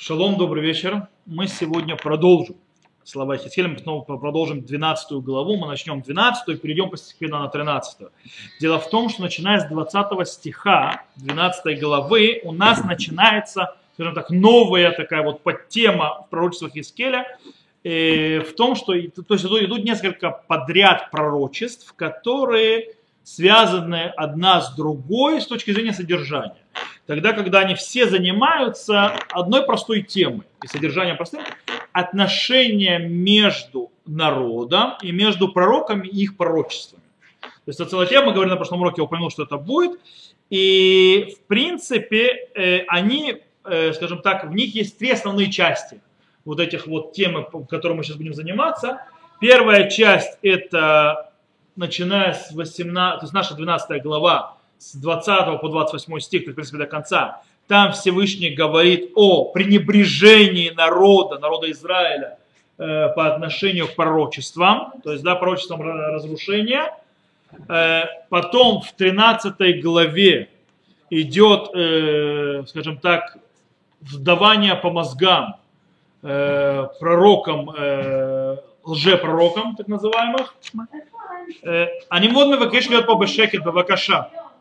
Шалом, добрый вечер. Мы сегодня продолжим слова Ихискеля, мы снова продолжим 12 главу, мы начнем 12 и перейдем постепенно на 13. Дело в том, что начиная с 20 стиха 12 главы у нас начинается, скажем так, новая такая вот подтема в пророчествах Ихискеля, в том, что то есть идут несколько подряд пророчеств, которые связаны одна с другой с точки зрения содержания. Тогда, когда они все занимаются одной простой темой и содержанием простым, отношения между народом и между пророками и их пророчествами. То есть это целая тема, мы говорили на прошлом уроке, я упомянул, что это будет. И в принципе они, скажем так, в них есть три основные части вот этих вот тем, которыми мы сейчас будем заниматься. Первая часть это начиная с 18, то есть наша 12 глава, с 20 по 28 стих, в принципе, до конца, там Всевышний говорит о пренебрежении народа Израиля по отношению к пророчествам, то есть, да, пророчествам разрушения. Потом в 13 главе идет, скажем так, вдавание по мозгам пророкам, лжепророкам, так называемых. אני מאוד מבקש להיות פה בשקט, בבקשה.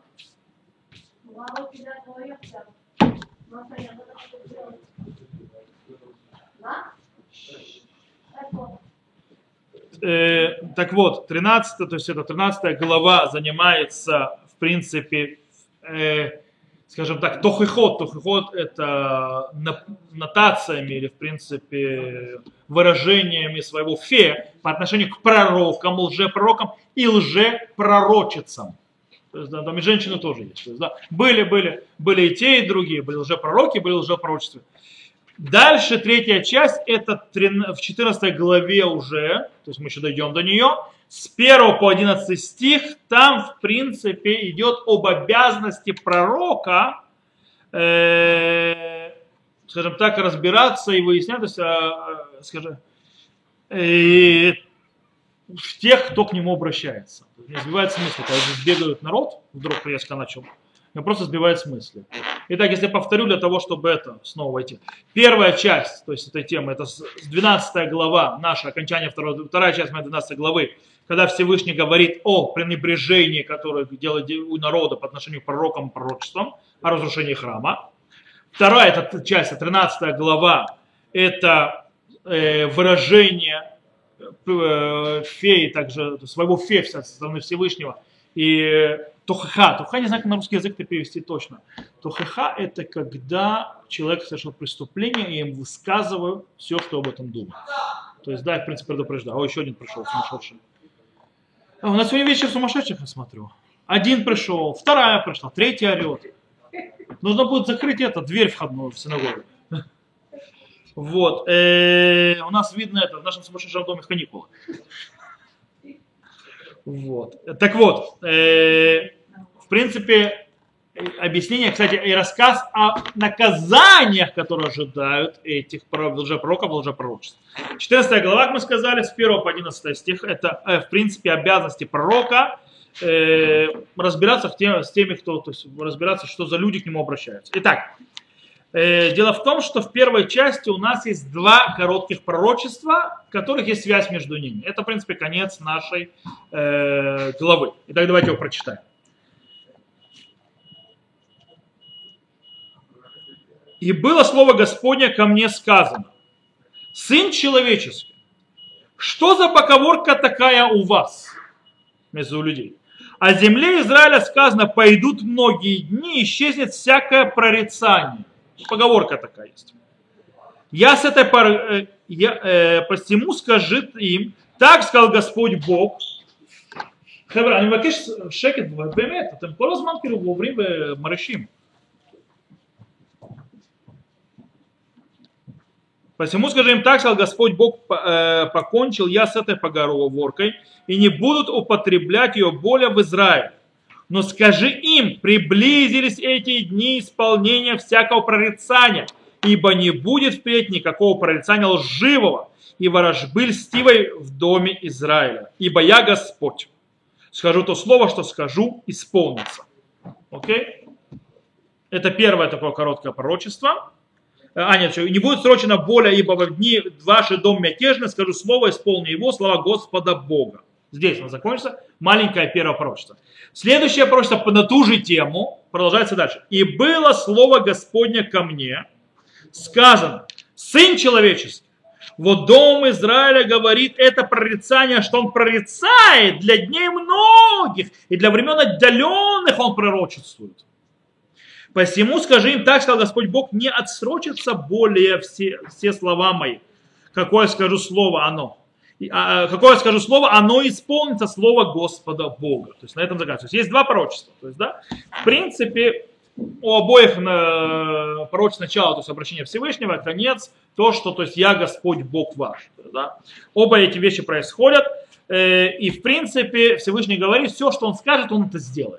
Так вот, 13, то есть это 13 глава занимается, в принципе, скажем так, тохихот. Тохихот это нотациями или, в принципе, выражениями своего фе по отношению к пророкам, лжепророкам и лжепророчицам. То есть, да, там и женщины тоже есть. То есть, да, были и те, и другие. Были лжепророки, были лжепророчества. Дальше третья часть, это в 14 главе уже, то есть мы еще дойдем до нее, с 1 по 11 стих, там в принципе идет об обязанности пророка, скажем так, разбираться и выяснять, то есть, скажем, в тех, кто к нему обращается. Не сбивает смысл, когда сбегают народ, вдруг резко начал, он просто сбивает смыслы. Итак, если я повторю для того, чтобы это снова войти. Первая часть, то есть этой темы, это 12 глава, наше окончание вторая часть моей 12 главы, когда Всевышний говорит о пренебрежении, которое делает у народа по отношению к пророкам и пророчествам, о разрушении храма. Вторая эта часть, 13 глава, это выражение феи, также своего фея со стороны Всевышнего. И тохеха, тохеха, не знаю, как на русский язык это перевести точно. Тохеха это когда человек совершил преступление, и я им высказываю все, что об этом думаю. То есть, да, я в принципе предупреждаю. О, еще один пришел, сумасшедший. У нас сегодня вечер сумасшедших, я смотрю. Один пришел, вторая пришла, третья орет. Нужно будет закрыть дверь входную в синагогу. Вот. У нас видно это в нашем сумасшедшем доме в каникулах. Вот. Так вот, в принципе, объяснение, кстати, и рассказ о наказаниях, которые ожидают этих лжепророков и лжепророчеств. 14 глава, как мы сказали, с 1 по 11 стих, это, в принципе, обязанности пророка разбираться с теми, кто, то есть разбираться, что за люди к нему обращаются. Итак, дело в том, что в первой части у нас есть два коротких пророчества, в которых есть связь между ними. Это, в принципе, конец нашей главы. Итак, давайте его прочитаем. «И было слово Господне ко мне сказано: Сын человеческий, что за поговорка такая у вас, между людей? О земле Израиля сказано: пойдут многие дни, исчезнет всякое прорицание». Поговорка такая есть. Я с этой поры, посему скажет им, так сказал Господь Бог. חבר'ה, אני מבקש שקט, באמת, אתם כל הזמן כאילו עוברים ומרשים. Посему скажи им, так сказал Господь Бог, покончил я с этой поговоркой, и не будут употреблять ее более в Израиле. Но скажи им, приблизились эти дни исполнения всякого прорицания, ибо не будет впредь никакого прорицания лживого и ворожбы льстивой в доме Израиля. Ибо я Господь. Скажу то слово, что скажу, исполнится. Окей? Это первое такое короткое пророчество. Нет, не будет срочно более, ибо в дни ваши дом мятежный, скажу слово, исполни его, слова Господа Бога. Здесь он закончится, маленькое первое пророчество. Следующее пророчество на ту же тему, продолжается дальше. И было слово Господне ко мне, сказано, сын человеческий, вот дом Израиля говорит это прорицание, что он прорицает для дней многих, и для времен отдаленных он пророчествует. Посему скажи им так, сказал Господь Бог, не отсрочится более все слова мои. Какое скажу слово оно? Какое скажу слово, оно исполнится, слово Господа Бога. То есть на этом заканчивается. Есть два пророчества. То есть, да, в принципе, у обоих пророчеств начала, то есть обращение Всевышнего, конец, то, что то есть я Господь Бог ваш. Да? Оба эти вещи происходят. И в принципе Всевышний говорит, все, что он скажет, он это сделает.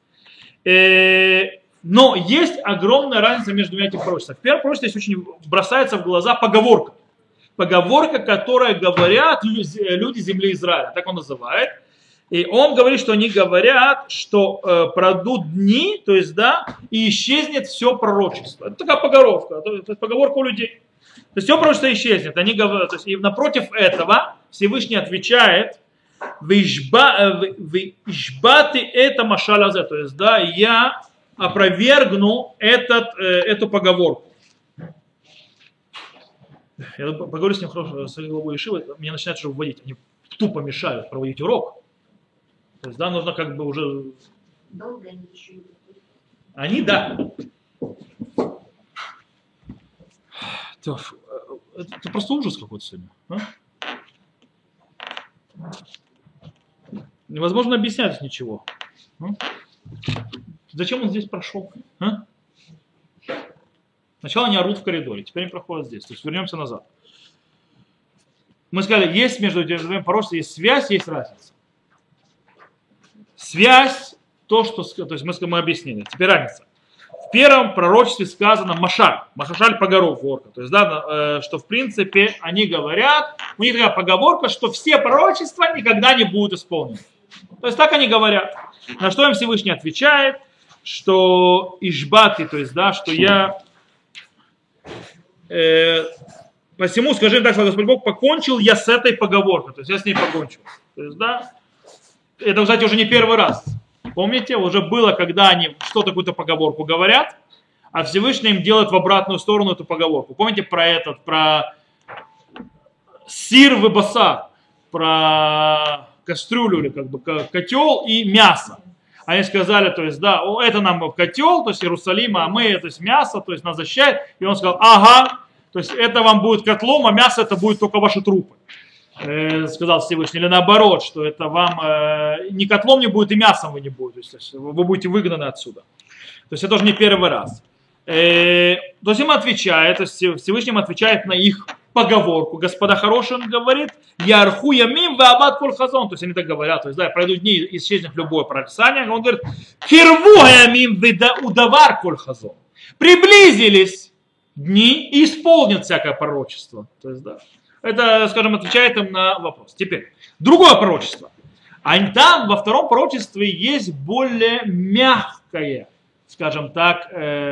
Но есть огромная разница между двумя этими пророчествами. В первом пророчестве здесь очень бросается в глаза поговорка. Поговорка, которую говорят люди земли Израиля, так он называет. И он говорит, что они говорят, что пройдут дни, то есть, да, и исчезнет все пророчество. Это такая поговорка, то есть поговорка у людей. То есть все пророчество исчезнет. Они говорят, то есть, и напротив этого Всевышний отвечает, «Вишбаты это машалазе», то есть, да, я опровергну эту поговорку. Я поговорю с ним хорошо, с главой Ешивы, меня начинают уже вводить, они тупо мешают проводить урок. То есть, да, нужно как бы уже... Долго они еще не Они, да. Это просто ужас какой-то сегодня. А? Невозможно объяснять ничего. А? Зачем он здесь прошел? А? Сначала они орут в коридоре, теперь они проходят здесь. То есть вернемся назад. Мы сказали, есть между двумя пророчествами, есть связь, есть разница. Связь, то, что... То есть мы объяснили. Теперь разница. В первом пророчестве сказано машаль. Машаль поговорка. То есть, да, что в принципе они говорят, у них такая поговорка, что все пророчества никогда не будут исполнены. То есть так они говорят. На что им Всевышний отвечает, что ишбати, то есть, да, что я... посему, скажи так, что Господь Бог, покончил я с этой поговоркой. То есть я с ней покончил. То есть, да, это, кстати, уже не первый раз. Помните, уже было, когда они что-то, какую-то поговорку говорят, а Всевышний им делает в обратную сторону эту поговорку. Помните про сир в басар, про кастрюлю или как бы котел и мясо. Они сказали, то есть, да, это нам котел, то есть Иерусалима, а мы, то есть мясо, то есть нас защищает. И он сказал, ага, то есть это вам будет котлом, а мясо это будет только ваши трупы. Сказал Всевышний, или наоборот, что это вам ни котлом не будет, и мясом вы не будете. То есть вы будете выгнаны отсюда. То есть это тоже не первый раз. То есть им отвечает, то есть Всевышний им отвечает на их поговорку. Господа хороший, он говорит, ярху ямим ваабад кол хазон. То есть они так говорят, то есть да, пройдут дни, исчезнет любое прорицание. Он говорит, кирву ямим удавар кол хазон. Приблизились дни и исполнят всякое пророчество. То есть, да. Это, скажем, отвечает им на вопрос. Теперь, другое пророчество. А там во втором пророчестве есть более мягкое, скажем так,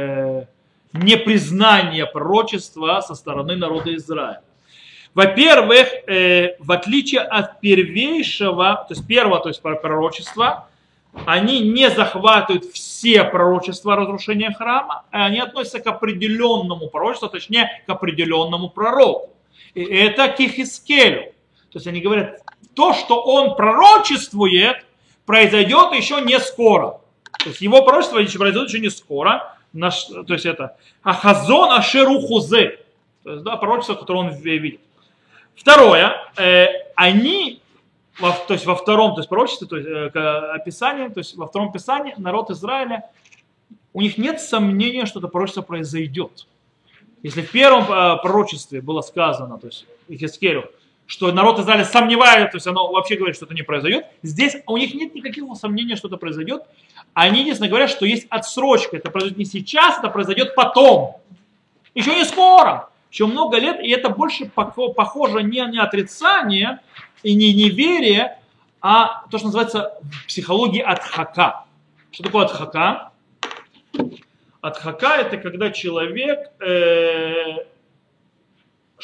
непризнание пророчества со стороны народа Израиля. Во-первых, в отличие от первейшего, то есть первого, то есть пророчества, они не захватывают все пророчества разрушения храма, а они относятся к определенному пророчеству, точнее к определенному пророку. И это к Ихискелю. То есть они говорят, то, что он пророчествует, произойдет еще не скоро. То есть его пророчество произойдет еще не скоро. То есть это Ахазон Ашеру Хузе. То есть, да, пророчество, которое он видит. Второе, они, то есть во втором, то есть пророчестве, то есть описании, то есть во втором писании народ Израиля, у них нет сомнения, что это пророчество произойдет. Если в первом пророчестве было сказано, то есть Ихискелю, что народ Израиля сомневается, то есть оно вообще говорит, что это не произойдет, здесь у них нет никакого сомнения, что это произойдет. Они единственное говорят, что есть отсрочка, это произойдет не сейчас, это произойдет потом. Еще не скоро, еще много лет, и это больше похоже не на отрицание и не неверие, а то, что называется в психологии адхака. Что такое адхака? Адхака — это когда человек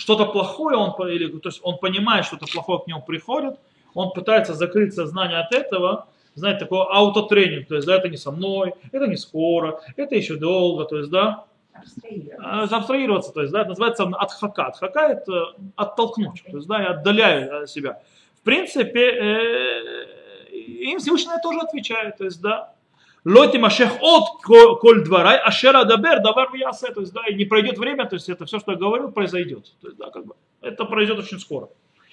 что-то плохое, то есть он понимает, что-то плохое к нему приходит, он пытается закрыть сознание от этого, знаете, такой аутотренинг, то есть, да, это не со мной, это не скоро, это еще долго, то есть, да, абстрагироваться, то есть, да, это называется адхака. Адхака – это оттолкнуть, то есть, да, я отдаляю себя. В принципе, им Всевышний тоже отвечает, то есть, да, лоти машех от коль дворай, ашера дабер, давар ясе, то есть, да, и не пройдет время, то есть, это все, что я говорил, произойдет, то есть, да, как бы, это произойдет очень скоро.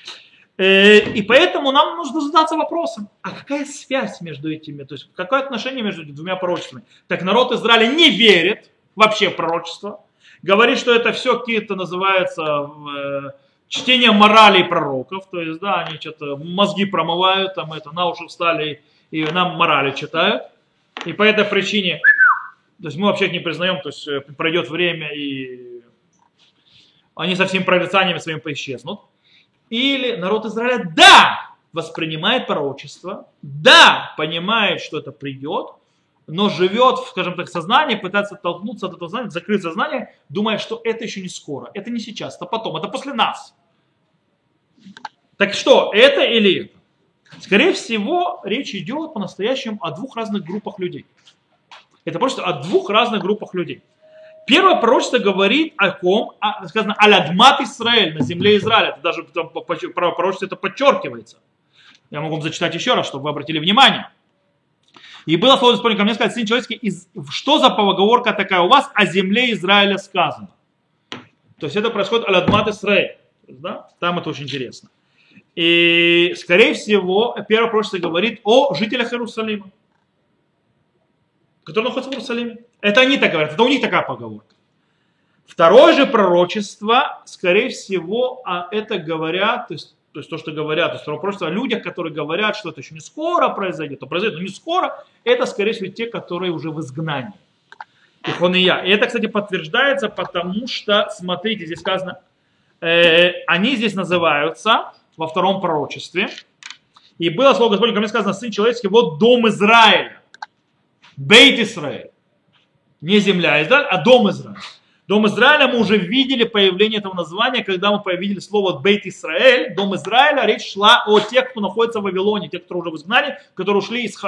И поэтому нам нужно задаться вопросом, а какая связь между этими, то есть какое отношение между этими двумя пророчествами? Так народ Израиля не верит вообще в пророчество, говорит, что это все какие-то называется чтение морали пророков, то есть, да, они что-то мозги промывают, там это, на уши встали и нам морали читают. И по этой причине, то есть мы вообще их не признаем, то есть пройдет время и они со всеми прорицаниями своими поисчезнут. Или народ Израиля, да, воспринимает пророчество, да, понимает, что это придет, но живет, скажем так, в сознании, пытается оттолкнуться от этого сознания, закрыть сознание, думая, что это еще не скоро, это не сейчас, это потом, это после нас. Так что, это или это? Скорее всего, речь идет по-настоящему о двух разных группах людей. Это просто о двух разных группах людей. Первое пророчество говорит о ком? Сказано «Алядмат Исраэль», на земле Израиля. Это даже в пророчестве это подчеркивается. Я могу вам зачитать еще раз, чтобы вы обратили внимание. И было слово Господне ко мне сказать: сын человеческий, что за поговорка такая у вас о земле Израиля сказано? То есть это происходит «Алядмат Исраэль». Да? Там это очень интересно. И, скорее всего, первое пророчество говорит о жителях Иерусалима, которые находятся в Иерусалиме. Это они так говорят, это у них такая поговорка. Второе же пророчество, скорее всего, это говорят, то есть то, что говорят, то есть второе пророчество о людях, которые говорят, что это еще не скоро произойдет, то произойдет, но не скоро, это, скорее всего, те, которые уже в изгнании. Ихония. И это, кстати, подтверждается, потому что, смотрите, здесь сказано, они здесь называются во втором пророчестве. И было слово Господне ко мне сказано: сын человеческий, вот дом Израиля. Бейт Исраэль. Не земля Израиль, а дом Израиля. Дом Израиля мы уже видели появление этого названия, когда мы увидели слово Бейт Исраэль, дом Израиля, речь шла о тех, кто находится в Вавилоне, тех, которые уже в изгнании, которые ушли из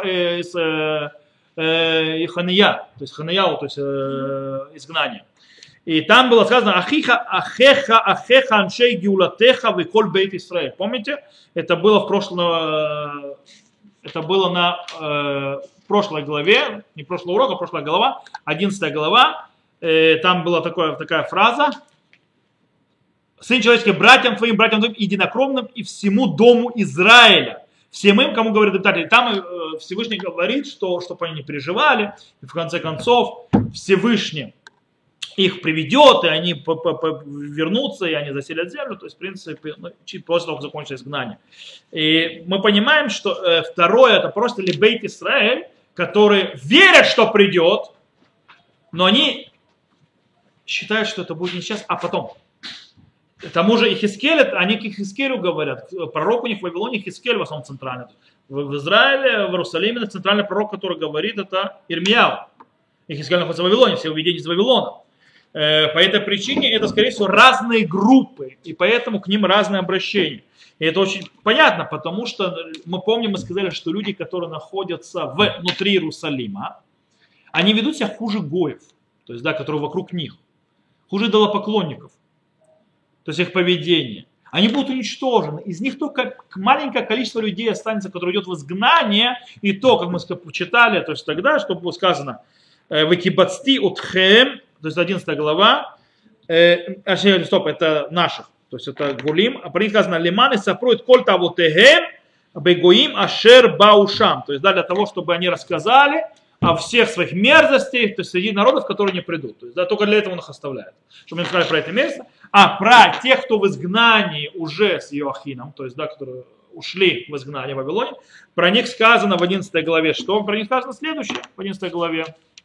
Хания, то есть Ханияу, то есть изгнания. И там было сказано: ахеха аншей гиулатеха веколь Бейт Исраэль. Помните? Это было в прошлом, это было на прошлой главе, не прошлого урока, прошлая глава, 11 глава, там была такая фраза: сын человеческий, братьям твоим, единокровным и всему дому Израиля. Всем им, кому говорит Виталий, там Всевышний говорит, что чтобы они не переживали, и в конце концов Всевышний их приведет, и они вернутся, и они заселят землю, то есть, в принципе, после того, как закончится изгнание. И мы понимаем, что второе, это просто Бейт Исраэль, которые верят, что придет, но они считают, что это будет не сейчас, а потом. К тому же Ихискель, они к Ихискелю говорят, пророк у них в Вавилоне, Ихискель в основном центральный. В Израиле, в Иерусалиме центральный пророк, который говорит, это Ирмияу. Ихискель находится в Вавилоне, все увидения из Вавилона. По этой причине это, скорее всего, разные группы, и поэтому к ним разные обращения. И это очень понятно, потому что мы помним, мы сказали, что люди, которые находятся внутри Иерусалима, они ведут себя хуже гоев, то есть, да, которые вокруг них, хуже идолопоклонников, то есть их поведение. Они будут уничтожены. Из них только маленькое количество людей останется, которое идет в изгнание, и то, как мы читали, то есть тогда, что было сказано, «Векибацти утхем», то есть 11 глава, это наших, то есть это Гулим, а про них сказано: «Лиманы сапроют коль тавотехем бегоим ашер баушам», то есть да, для того, чтобы они рассказали о всех своих мерзостях, то есть среди народов, которые не придут. То есть да, только для этого он их оставляет. Чтобы мы сказали про это место. А про тех, кто в изгнании уже с Иоахином, то есть да, которые ушли в изгнание в Вавилоне, про них сказано в 11 главе, что? Про них сказано следующее в 11 главе.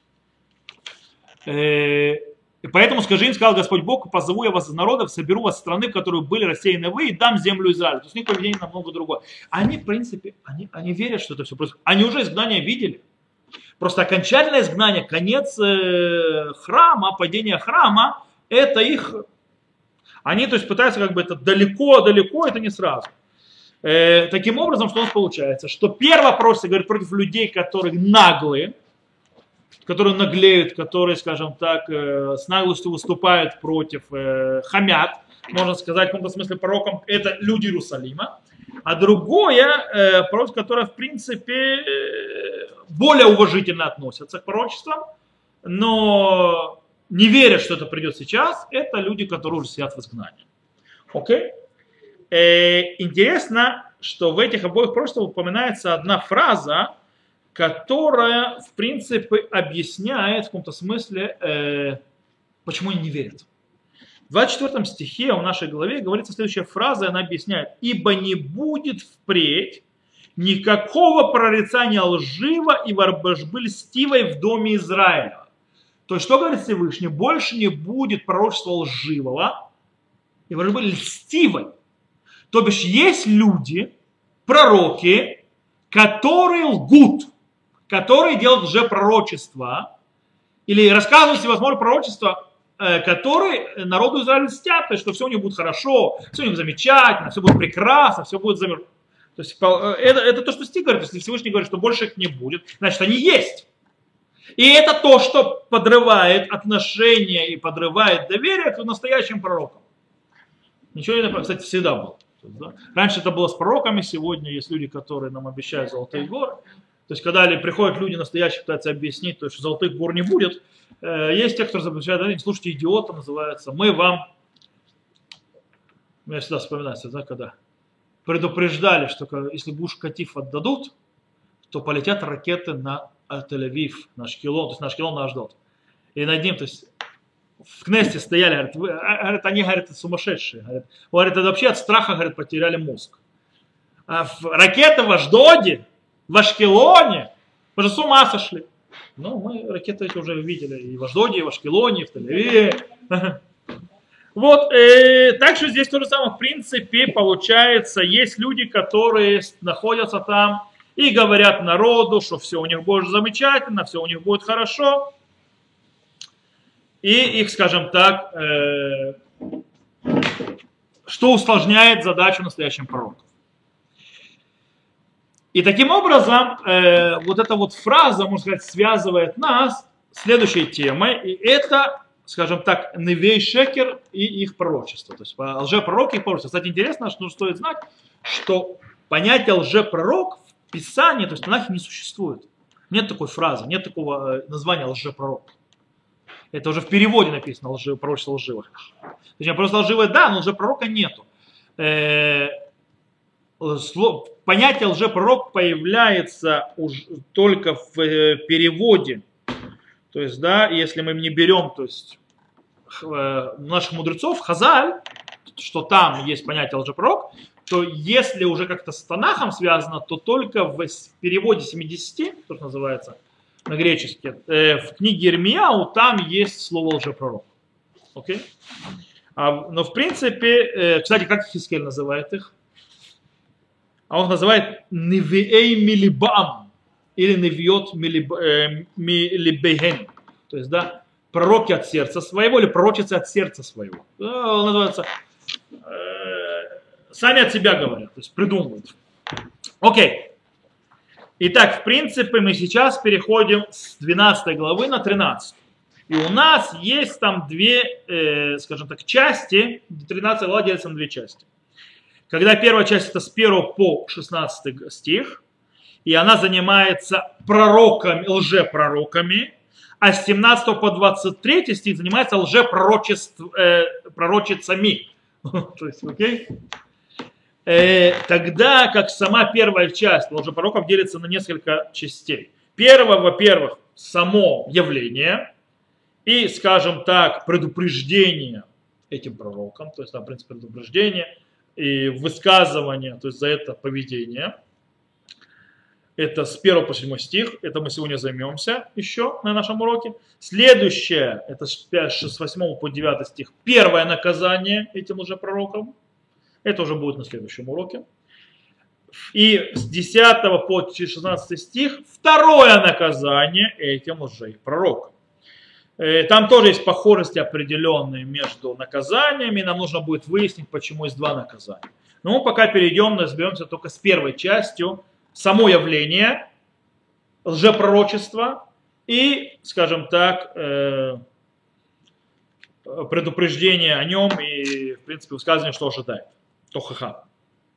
И поэтому скажи им, сказал Господь Бог: позову я вас из народов, соберу вас из страны, в которой были рассеяны вы, и дам землю Израилю. То есть у них поведение намного другое. Они, в принципе, они верят, что это все происходит. Они уже изгнание видели. Просто окончательное изгнание, конец храма, падение храма, это их... Они, то есть, пытаются как бы это далеко, это не сразу. Таким образом, что у нас получается? Что первое пророчество говорит против людей, которые наглые, которые наглеют, которые, скажем так, с наглостью выступают против, хамят, можно сказать, в каком-то смысле пророком, это люди Иерусалима. А другое, пророчество, которое, в принципе, более уважительно относятся к пророчествам, но не верят, что это придет сейчас, это люди, которые уже сидят в изгнании. Окей? Интересно, что в этих обоих пророчествах упоминается одна фраза, которая, в принципе, объясняет в каком-то смысле, почему они не верят. В 24 стихе в нашей главе говорится следующая фраза, она объясняет: «Ибо не будет впредь никакого прорицания лжива и ворожбы льстивой в доме Израиля». То есть, что говорит Всевышний? Больше не будет пророчества лживого и ворожбы льстивой. То бишь, есть люди, пророки, которые лгут, которые делают лжепророчества или рассказывают всевозможные пророчества, которые народу Израиля льстят, то есть, что все у них будет хорошо, все у них замечательно, все будет прекрасно, все будет замер. То есть, это то, что стих говорит. Если Всевышний говорит, что больше их не будет, значит, они есть. И это то, что подрывает отношения и подрывает доверие к настоящим пророкам. Ничего не, кстати, всегда было. Раньше это было с пророками, сегодня есть люди, которые нам обещают золотые горы. То есть, когда приходят люди настоящие, пытаются объяснить, то, что золотых гор не будет, есть те, кто обещают, слушайте, идиоты называется, мы вам, я всегда вспоминаю, когда предупреждали, что если Гуш-Катиф отдадут, то полетят ракеты на Тель-Авив, на Ашкелон, то есть на Ашкелон, на Ашдод. И над ним, то есть в Кнесте стояли, говорят, они, говорят, сумасшедшие. Говорят, это вообще от страха, говорят, потеряли мозг. А ракеты в Ашдоде, в Ашкелоне, мы же с ума сошли. Ну, мы ракеты эти уже видели и в Ашдоде, и в Ашкелоне, и в Тель-Авиве. Вот, так что здесь то же самое, в принципе, получается, есть люди, которые находятся там и говорят народу, что все у них будет замечательно, все у них будет хорошо. И их, скажем так, что усложняет задачу настоящим пророкам. И таким образом, вот эта вот фраза, можно сказать, связывает нас с следующей темой. И это, скажем так, Невей Шекер и их пророчество. То есть лжепророк и их пророчество. Кстати, интересно, что стоит знать, что понятие лжепророк в Писании, то есть в Танахе не существует. Нет такой фразы, нет такого названия лжепророк. Это уже в переводе написано пророчество лживых. Точнее, просто лживое, да, но лжепророка нету. Понятие лжепророк появляется только в переводе. То есть, да, если мы не берем, то есть, наших мудрецов, Хазаль, что там есть понятие лжепророк, то если уже как-то с Танахом связано, то только в переводе 70, то, что называется, на греческий, в книге Ирмияу там есть слово лжепророк. Окей? Но в принципе, кстати, как Хискель называет их? А он называет Невиэй Милибаам или Невиот Милибейхен. То есть, да, пророки от сердца своего или пророчицы от сердца своего. Он называется, сами от себя говорят, то есть придумывают. Окей. Итак, в принципе, мы сейчас переходим с 12 главы на 13. И у нас есть там две, скажем так, части. 13 глава делится на две части. Когда первая часть это с 1 по 16 стих, и она занимается пророками, лжепророками, а с 17 по 23 стих занимается лжепророчицами. То есть, окей? Тогда как сама первая часть лжепророков делится на несколько частей. Первое, во-первых, само явление и, скажем так, предупреждение этим пророкам, то есть там, в принципе, предупреждение и высказывание, то есть за это поведение. Это с 1 по 7 стих, это мы сегодня займемся еще на нашем уроке. Следующее, это с 8 по 9 стих, первое наказание этим лжепророкам. Это уже будет на следующем уроке. И с 10 по 16 стих второе наказание этим лжепророкам. Там тоже есть похожести определенные между наказаниями. Нам нужно будет выяснить, почему есть два наказания. Но мы пока перейдем, разберемся только с первой частью. Само явление, лжепророчество и, скажем так, предупреждение о нем и, в принципе, высказывание, что ожидает. Тохаха.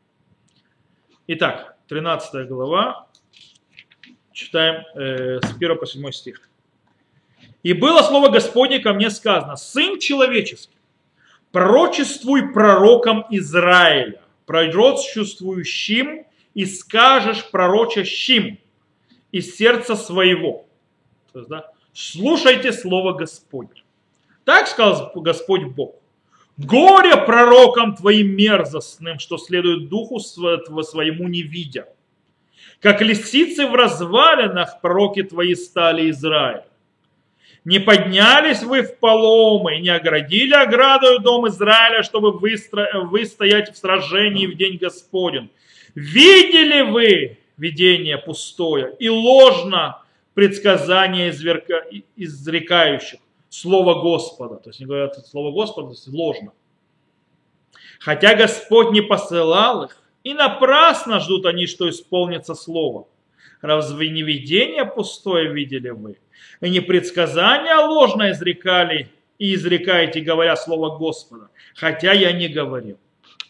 Итак, 13 глава. Читаем с 1 по 7 стих. «И было слово Господне ко мне сказано: Сын человеческий, пророчествуй пророкам Израиля, пророчествующим, и скажешь пророчащим из сердца своего». То есть, да, слушайте слово Господне. Так сказал Господь Бог: «Горе пророкам твоим мерзостным, что следует духу своему не видя. Как лисицы в развалинах пророки твои стали Израиль. Не поднялись вы в поломы, не оградили оградою дом Израиля, чтобы выстоять в сражении в день Господень. Видели вы видение пустое и ложно предсказание изрекающих слово Господа». То есть они говорят слово Господа, то есть ложно. «Хотя Господь не посылал их, и напрасно ждут они, что исполнится слово. Разве не видение пустое видели вы? И не предсказание ложно изрекали и изрекаете, говоря слово Господа, хотя я не говорил».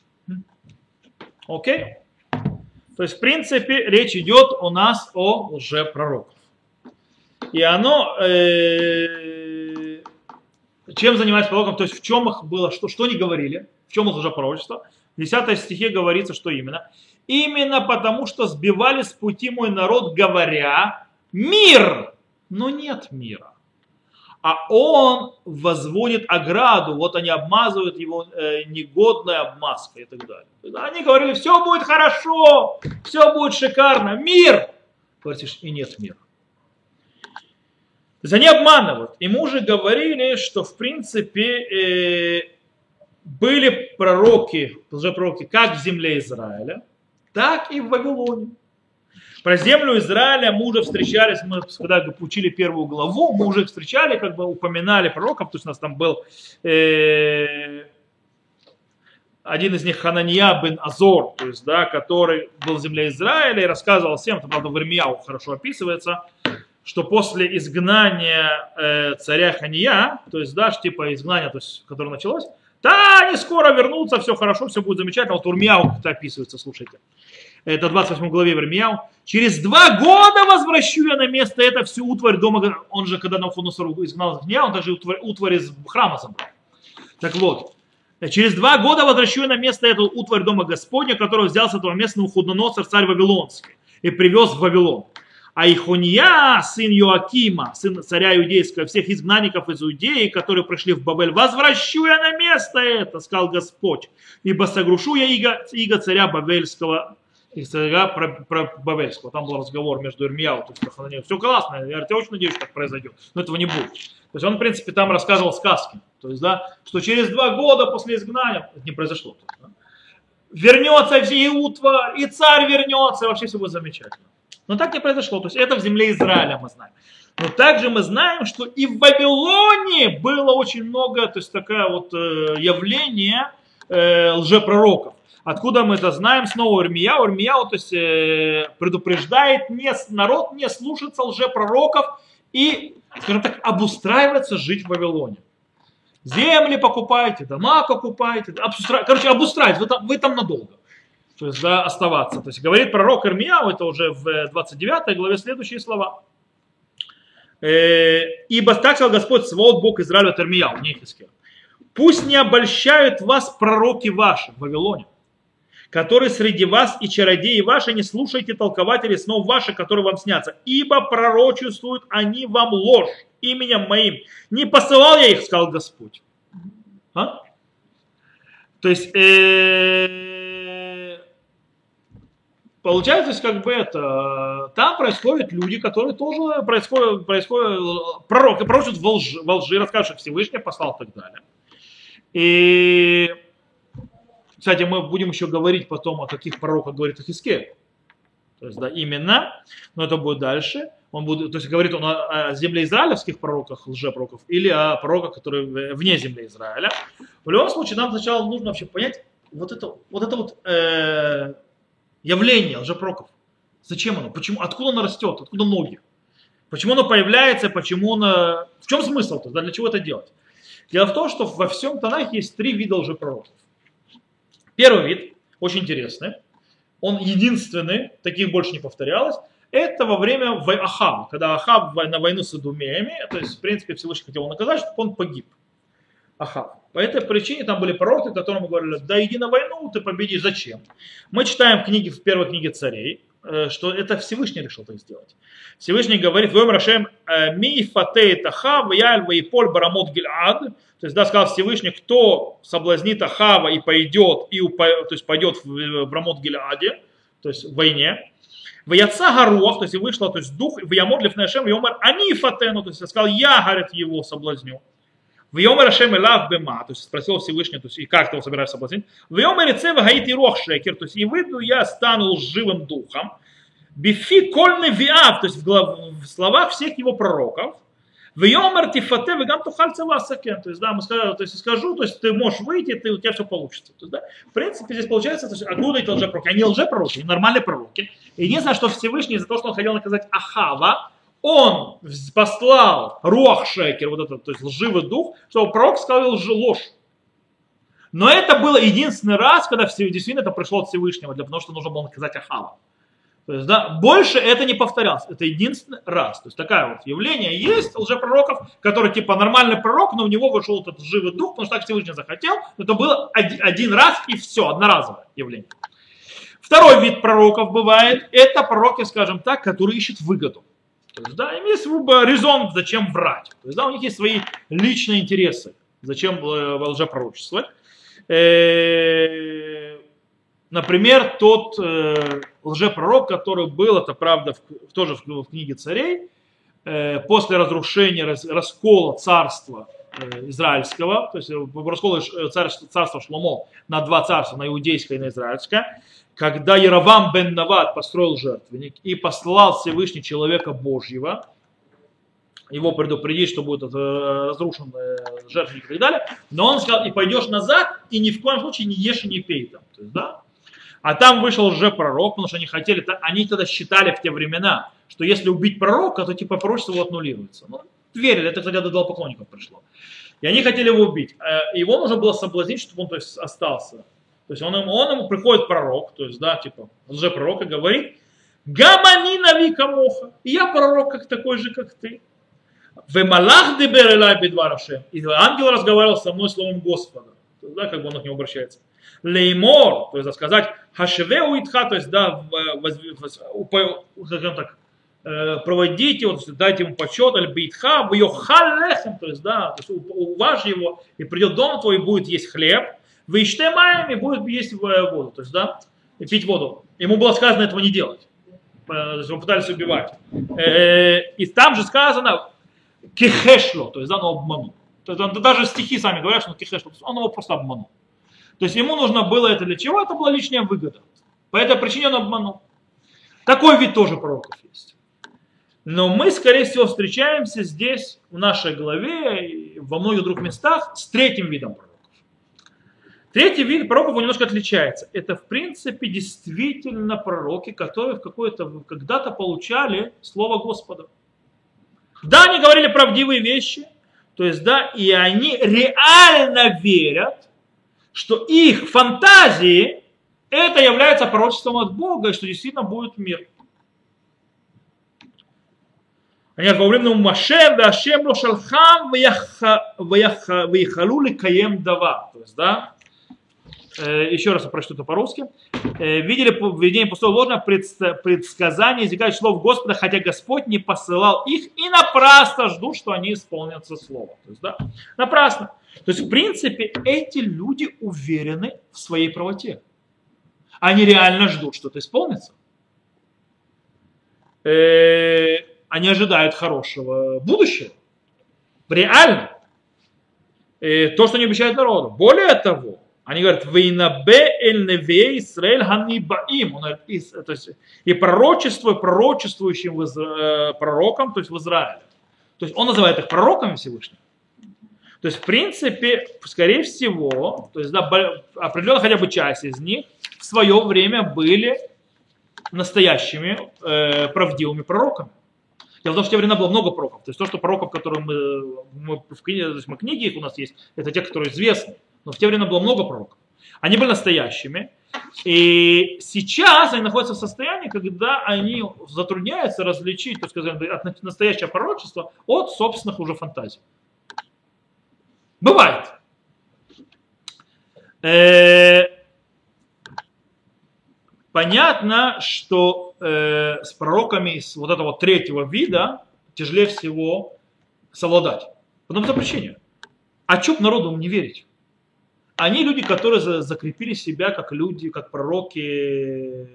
Окей? То есть, в принципе, речь идет у нас о лжепророках. И оно, чем занимается пророком, то есть в чем их было, что они говорили, в чем их лжепророчество. В 10 стихе говорится, что именно. «Именно потому, что сбивали с пути мой народ, говоря: мир, но нет мира. А он возводит ограду, вот они обмазывают его негодной обмазкой» и так далее. Они говорили: все будет хорошо, все будет шикарно, мир. Говоришь, и нет мира. То есть они обманывают. И мы уже говорили, что в принципе были пророки, лжепророки, как в земле Израиля, так и в Вавилоне. Про землю Израиля мы уже встречались, мы когда учили первую главу, мы уже встречали, как бы упоминали пророков, то есть у нас там был один из них Хананья бен Азор, то есть, да, который был в земле Израиля и рассказывал всем, это правда в Ирмияу хорошо описывается, что после изгнания царя Хания, то есть, да, типа изгнания, то есть, которое началось, да, они скоро вернутся, все хорошо, все будет замечательно. Вот Ирмияу как-то описывается, слушайте. Это 28 главе Ирмияу. «Через 2 года возвращу я на место это всю утварь дома». Он же, когда Навуходоносор изгнал Хания, он даже утварь из храма забрал. Так вот, «Через 2 года возвращу я на место эту утварь дома Господня, которого взял с этого места Навуходоносор, царь Вавилонский, и привез в Вавилон. А Ихонья, сын Йоакима, сын царя иудейского, всех изгнанников из Иудеи, которые пришли в Бавель, возвращу я на место это, сказал Господь, ибо согрушу я иго царя Бавельского, и царя Бавельского». Там был разговор между Ирмияу, то есть, все классно, я очень надеюсь, что так произойдет, но этого не будет. То есть он, в принципе, там рассказывал сказки, то есть, да, что через 2 года после изгнания, это не произошло, да, вернется и утварь, и царь вернется, и вообще все будет замечательно. Но так не произошло. То есть это в земле Израиля мы знаем. Но также мы знаем, что и в Вавилоне было очень много, то есть такое вот явление лжепророков. Откуда мы это знаем? Снова Ирмияу. Ирмияу, то есть предупреждает народ не слушаться лжепророков и, скажем так, обустраиваться жить в Вавилоне. Земли покупайте, дома покупайте. Короче, обустраивать. Вы там надолго. То есть, да, оставаться. То есть говорит пророк Ирмияу, это уже в 29 главе следующие слова. «Ибо так сказал Господь Саваоф, Бог Израиля, от Ирмияу, не Хиския: пусть не обольщают вас пророки ваши в Вавилоне, которые среди вас и чародеи ваши, не слушайте толкователей снов ваших, которые вам снятся, ибо пророчествуют они вам ложь именем моим. Не посылал я их, сказал Господь». А? То есть получается, как бы это, там происходят люди, которые тоже происходят пророки пророчат во лжи, расскажут, что Всевышний послал и так далее. И, кстати, мы будем еще говорить потом, о каких пророках говорит Хиския. То есть, да, именно, но это будет дальше. Он будет, то есть говорит он о земле израилевских пророках, лжепророков, или о пророках, которые вне земли Израиля. В любом случае, нам сначала нужно вообще понять вот это явление лжепророков. Зачем оно? Почему? Откуда оно растет? Откуда ноги? Почему оно появляется? Почему оно... В чем смысл? То есть, для чего это делать? Дело в том, что во всем Танахе есть 3 вида лжепророков. Первый вид, очень интересный, он единственный, таких больше не повторялось, это во время Ахава, когда Ахав на войну с Идумеями, то есть, в принципе, Всевышний хотел его наказать, чтобы он погиб. Ахав. По этой причине там были пророки, которым говорили, да иди на войну, ты победишь. Зачем? Мы читаем в первой книге царей, что это Всевышний решил так сделать. Всевышний говорит, «Вэм рашем ми фатеет Ахав, яль ваиполь барамот гильад». То есть, да, сказал Всевышний, кто соблазнит Ахава и пойдет, то есть пойдет в Рамот Гилааде, то есть в войне. В Яца Гаруах, то есть и вышла, то есть дух, в Ямод Лифнешем, в Йомар Ани Фатену, то есть сказал, я, говорит, его соблазню. В Йомар Ашем Элав Бема, то есть спросил Всевышний, то есть и как ты его собираешься соблазнить. В Йомар Рецева Гаити Рох Шекер, то есть и выйду я стану лживым духом. Бифи Кольный Виав, то есть в словах всех его пророков. В Йомар Тифате Вегам Тухальца Васакен, то есть да, мы скажем, то есть скажу, то есть ты можешь выйти, у тебя все получится. То есть, да, в принципе, здесь получается, то есть, откуда эти лжепророки? Они лжепророки, они нормальные пророки. Единственное, что Всевышний за то, что он хотел наказать Ахава, он послал Руах Шекер, вот этот, то есть лживый дух, чтобы пророк сказал ложь. Но это было единственный раз, когда действительно это пришло от Всевышнего, потому что нужно было наказать Ахава. То есть, да, больше это не повторялось. Это единственный раз. То есть такое вот явление есть лжепророков, который типа нормальный пророк, но у него вышел этот живый дух, потому что так Всевышний захотел. Но это было один раз и все, одноразовое явление. Второй вид пророков бывает, это пророки, скажем так, которые ищут выгоду. То есть, да, им есть резон, зачем врать. То есть, да, у них есть свои личные интересы, зачем лжепророчествовать. Например, тот лжепророк, который был, это правда, тоже в книге царей, после разрушения, раскола царства израильского, то есть раскола царства Шломо на 2 царства, на иудейское и на израильское, когда Яровам бен Нават построил жертвенник и послал Всевышний человека Божьего, его предупредить, что будет разрушен жертвенник и так далее, но он сказал, и пойдешь назад, и ни в коем случае не ешь и не пей там. То есть, да? А там вышел лжепророк, потому что они тогда считали в те времена, что если убить пророка, то типа пророчество его аннулируется. Ну, верили, это, кстати, от идолопоклонников пришло. И они хотели его убить. Его нужно было соблазнить, чтобы он, то есть, остался. То есть он ему приходит пророк, то есть, да, типа лжепророк, и говорит, «Гамани нави камоха, и я пророк как такой же, как ты». И ангел разговаривал со мной словом Господа. То есть, да, как бы он к нему обращается. Леймор, то есть сказать, хашевеу итха, то есть, да, скажем так, проводите его, дайте ему почет, альбитха, бьохалехем, то есть, да, то есть уважь его, и придет дом твой, и будет есть хлеб, вы ищете маем, и будет есть воду, то есть, да, и пить воду. Ему было сказано этого не делать. То есть его пытались убивать. И там же сказано, кихешло, то есть, да, он обманул. То есть, даже стихи сами говорят, что он кихешло, он его просто обманул. То есть ему нужно было это для чего? Это была личная выгода. По этой причине он обманул. Такой вид тоже пророков есть. Но мы, скорее всего, встречаемся здесь, в нашей главе, и во многих других местах, с третьим видом пророков. Третий вид пророков он немножко отличается. Это, в принципе, действительно пророки, которые когда-то получали Слово Господа. Да, они говорили правдивые вещи, то есть, да, и они реально верят, что их фантазии это является пророчеством от Бога, и что действительно будет мир. Они говорят, Машем, Ашем, Рошалхам, Ваяхалу Каем Дава. То есть, да, еще раз я прочту это по-русски. Видели в видении пустого ложного предсказания, изрекают слов Господа, хотя Господь не посылал их, и напрасно ждут, что они исполнятся словом. То есть, да, напрасно. То есть, в принципе, эти люди уверены в своей правоте. Они реально ждут, что это исполнится. Они ожидают хорошего будущего. Реально. То, что они обещают народу. Более того, Они говорят, «Вейнабе эль неве Исраэль ханибаим». Он говорит, то есть, и пророчествующим пророкам, то есть в Израиле. То есть он называет их пророками Всевышнего. То есть, в принципе, скорее всего, то есть, да, определенно хотя бы часть из них в свое время были настоящими правдивыми пророками. Дело в том, что в те времена было много пророков. То есть то, что пророков, которые мы книги их у нас есть, это те, которые известны. Но в те времена было много пророков. Они были настоящими. И сейчас они находятся в состоянии, когда они затрудняются различить, так сказать, от настоящего пророчества от собственных уже фантазий. Бывает. Понятно, что с пророками из вот этого третьего вида тяжелее всего совладать. По одной причине. А что народу не верить? Они люди, которые закрепили себя как люди, как пророки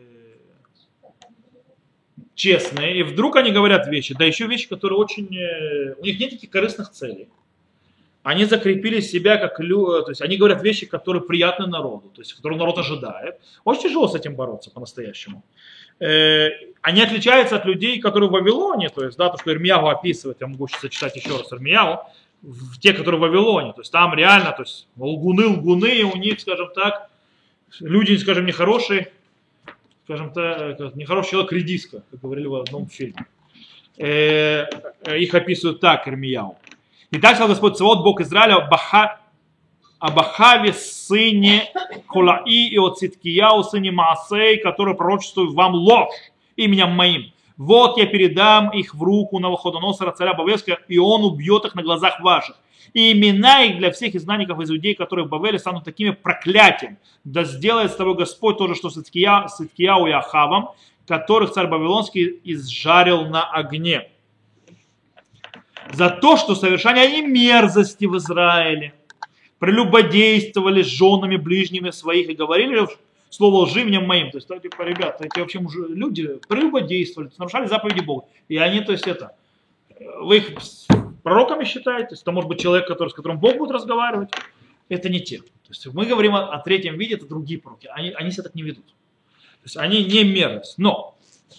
честные. И вдруг они говорят вещи, да еще вещи, которые очень... У них нет таких корыстных целей. Они закрепили себя как люди, то есть они говорят вещи, которые приятны народу, то есть которые народ ожидает. Очень тяжело с этим бороться по-настоящему. Они отличаются от людей, которые в Вавилоне, то есть, да, то, что Ирмияу описывает, я могу сейчас зачитать еще раз Ирмияу, те, которые в Вавилоне, то есть там реально, то есть лгуны, у них, скажем так, люди, скажем, нехорошие, скажем так, нехороший человек редиска, как говорили в одном фильме. Их описывают так, Ирмияу. И так сказал Господь Цаваот, Бог Израиля, об Ахаве, сыне Колаи и о Циткияу, сыне Маасей, который пророчествует вам ложь именем моим. Вот я передам их в руку Навуходоносора, царя Бавельского, и он убьет их на глазах ваших. И имена их для всех изгнанников из Иудеи, которые в Бавеле, станут такими проклятием. Да сделает с тобой Господь то же, что с Циткияу и Ахавом, которых царь Вавилонский изжарил на огне. За то, что совершали они мерзости в Израиле, прелюбодействовали с женами ближними своих и говорили слово лжи именем моим. То есть, типа, ребята, эти вообще люди прелюбодействовали, нарушали заповеди Бога. И они, то есть, это, вы их пророками считаете, то есть, это может быть человек, с которым Бог будет разговаривать. Это не те. То есть, мы говорим о третьем виде, это другие пророки. Они себя так не ведут. То есть, они не мерзость. Но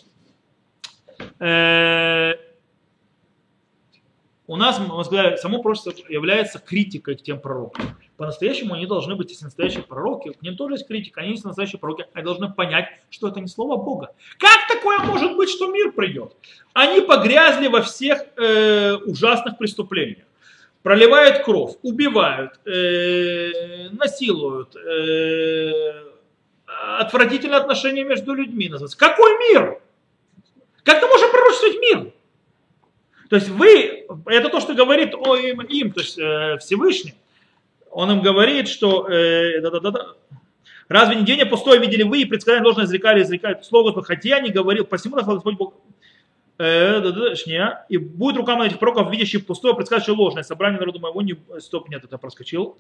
у нас, мы сказали, само пророчество является критикой к тем пророкам. По-настоящему они должны быть, если настоящие пророки, к ним тоже есть критика, они есть настоящие пророки, они должны понять, что это не слово Бога. Как такое может быть, что мир придет? Они погрязли во всех ужасных преступлениях. Проливают кровь, убивают, насилуют, отвратительные отношения между людьми. Называется. Какой мир? Как ты можешь пророчествовать мир? То есть вы, это то, что говорит им, то есть Всевышний, он им говорит, что разве не день пустое видели вы и предсказание ложно изрекают слово Господа, хотя не говорил, посему нас Господь Бог, и будет руками этих пророков, видящих пустое, предсказывающее ложное, собрание народу моего не... Стоп, нет, это проскочил.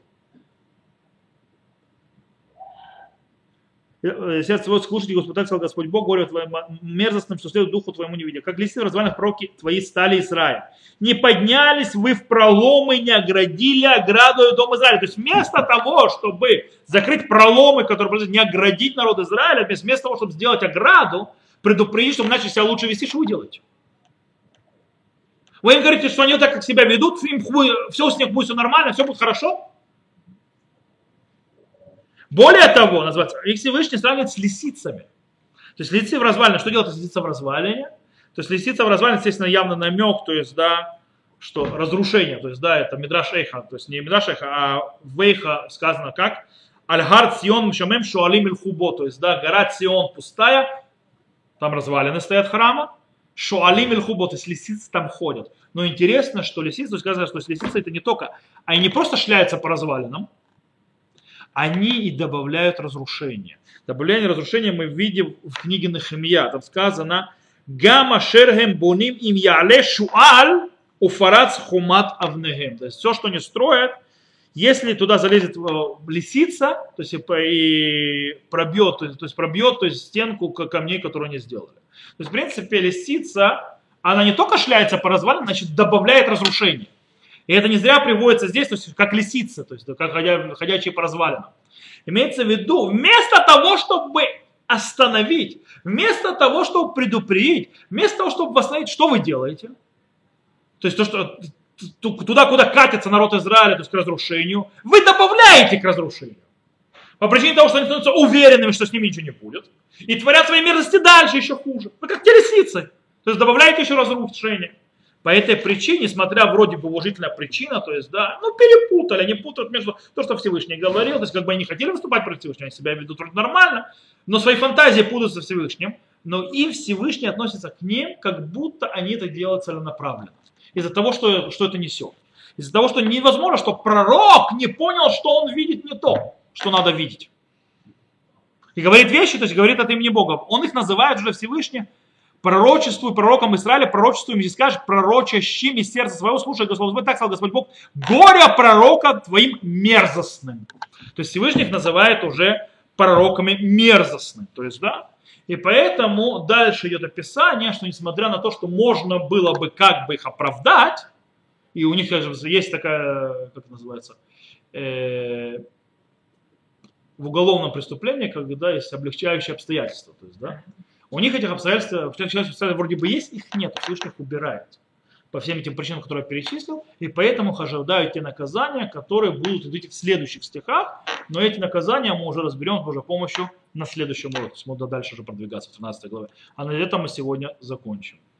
Сердце твое слушайте, Господь, так сказал Господь Бог, говорю твоим мерзостным, что следует духу твоему не видя. Как листы в развалинах пророки твои стали Израиль. Не поднялись вы в проломы, не оградили ограду дом Израиля. То есть вместо того, чтобы закрыть проломы, которые не оградить народ Израиля, вместо того, чтобы сделать ограду, предупредить, чтобы начали себя лучше вести, что вы делаете? Вы им говорите, что они вот так как себя ведут, им все с них будет все нормально, все будет хорошо. Более того, называется, их Всевышний сравнивает с лисицами. То есть лисицы в развалине. Что делает лисица в развалине? То есть лисица в развалине, естественно, явно намек, то есть, да, что разрушение, то есть, да, это Мидраш Эйха, то есть не Мидраш Эйха, а в Эйха сказано как? Аль-Гар Цион Мшамем Шуалим Иль-Хубо, то есть, да, гора Цион пустая, там развалины стоят храма, Шуалим Иль-Хубо, то есть лисицы там ходят. Но интересно, что лисицы, то есть сказано, что лисицы это не только, они не просто шляются по развалинам, они и добавляют разрушения. Добавление разрушения мы видим в книге Нехемия. Там сказано «Гама шерхем боним им яле шуаль уфарац хумат авнехем». То есть все, что они строят, если туда залезет лисица, то есть и пробьет, то есть стенку камней, которые они сделали. То есть в принципе лисица, она не только шляется по развалинам, значит добавляет разрушение. И это не зря приводится здесь, то есть как лисица, то есть как ходячие по развалинам. Имеется в виду, вместо того, чтобы остановить, вместо того, чтобы предупредить, вместо того, чтобы восстановить, что вы делаете? То есть то, что туда, куда катится народ Израиля, то есть к разрушению, вы добавляете к разрушению. По причине того, что они становятся уверенными, что с ними ничего не будет. И творят свои мерзости дальше еще хуже. Вы как те лисицы. То есть добавляете еще разрушение. По этой причине, несмотря вроде бы уважительная причина, то есть, да, ну перепутали, они путают между то, что Всевышний говорил, то есть как бы они хотели выступать против Всевышнего, они себя ведут вроде нормально, но свои фантазии путают со Всевышним, но и Всевышний относится к ним, как будто они это делают целенаправленно. Из-за того, что это несет. Из-за того, что невозможно, что пророк не понял, что он видит не то, что надо видеть. И говорит вещи, то есть говорит от имени Бога. Он их называет уже Всевышний пророчествуй пророкам Израиля, пророчествуй им и скажешь, пророчащим из сердца своего, слушай, Господь, так сказал Господь Бог, горе пророка твоим мерзостным. То есть Всевышний их называет уже пророками мерзостными. То есть, да, и поэтому дальше идет описание, что несмотря на то, что можно было бы как бы их оправдать, и у них есть такая, как это называется, в уголовном преступлении, когда есть облегчающие обстоятельства. То есть, да, у них этих обстоятельств вроде бы есть, их нет, Всевышний их убирает. По всем этим причинам, которые я перечислил, и поэтому ожидают те наказания, которые будут идти в следующих стихах, но эти наказания мы уже разберем с Божьей помощью на следующем уроке. Смотрим дальше уже продвигаться в 13 главе. А на этом мы сегодня закончим.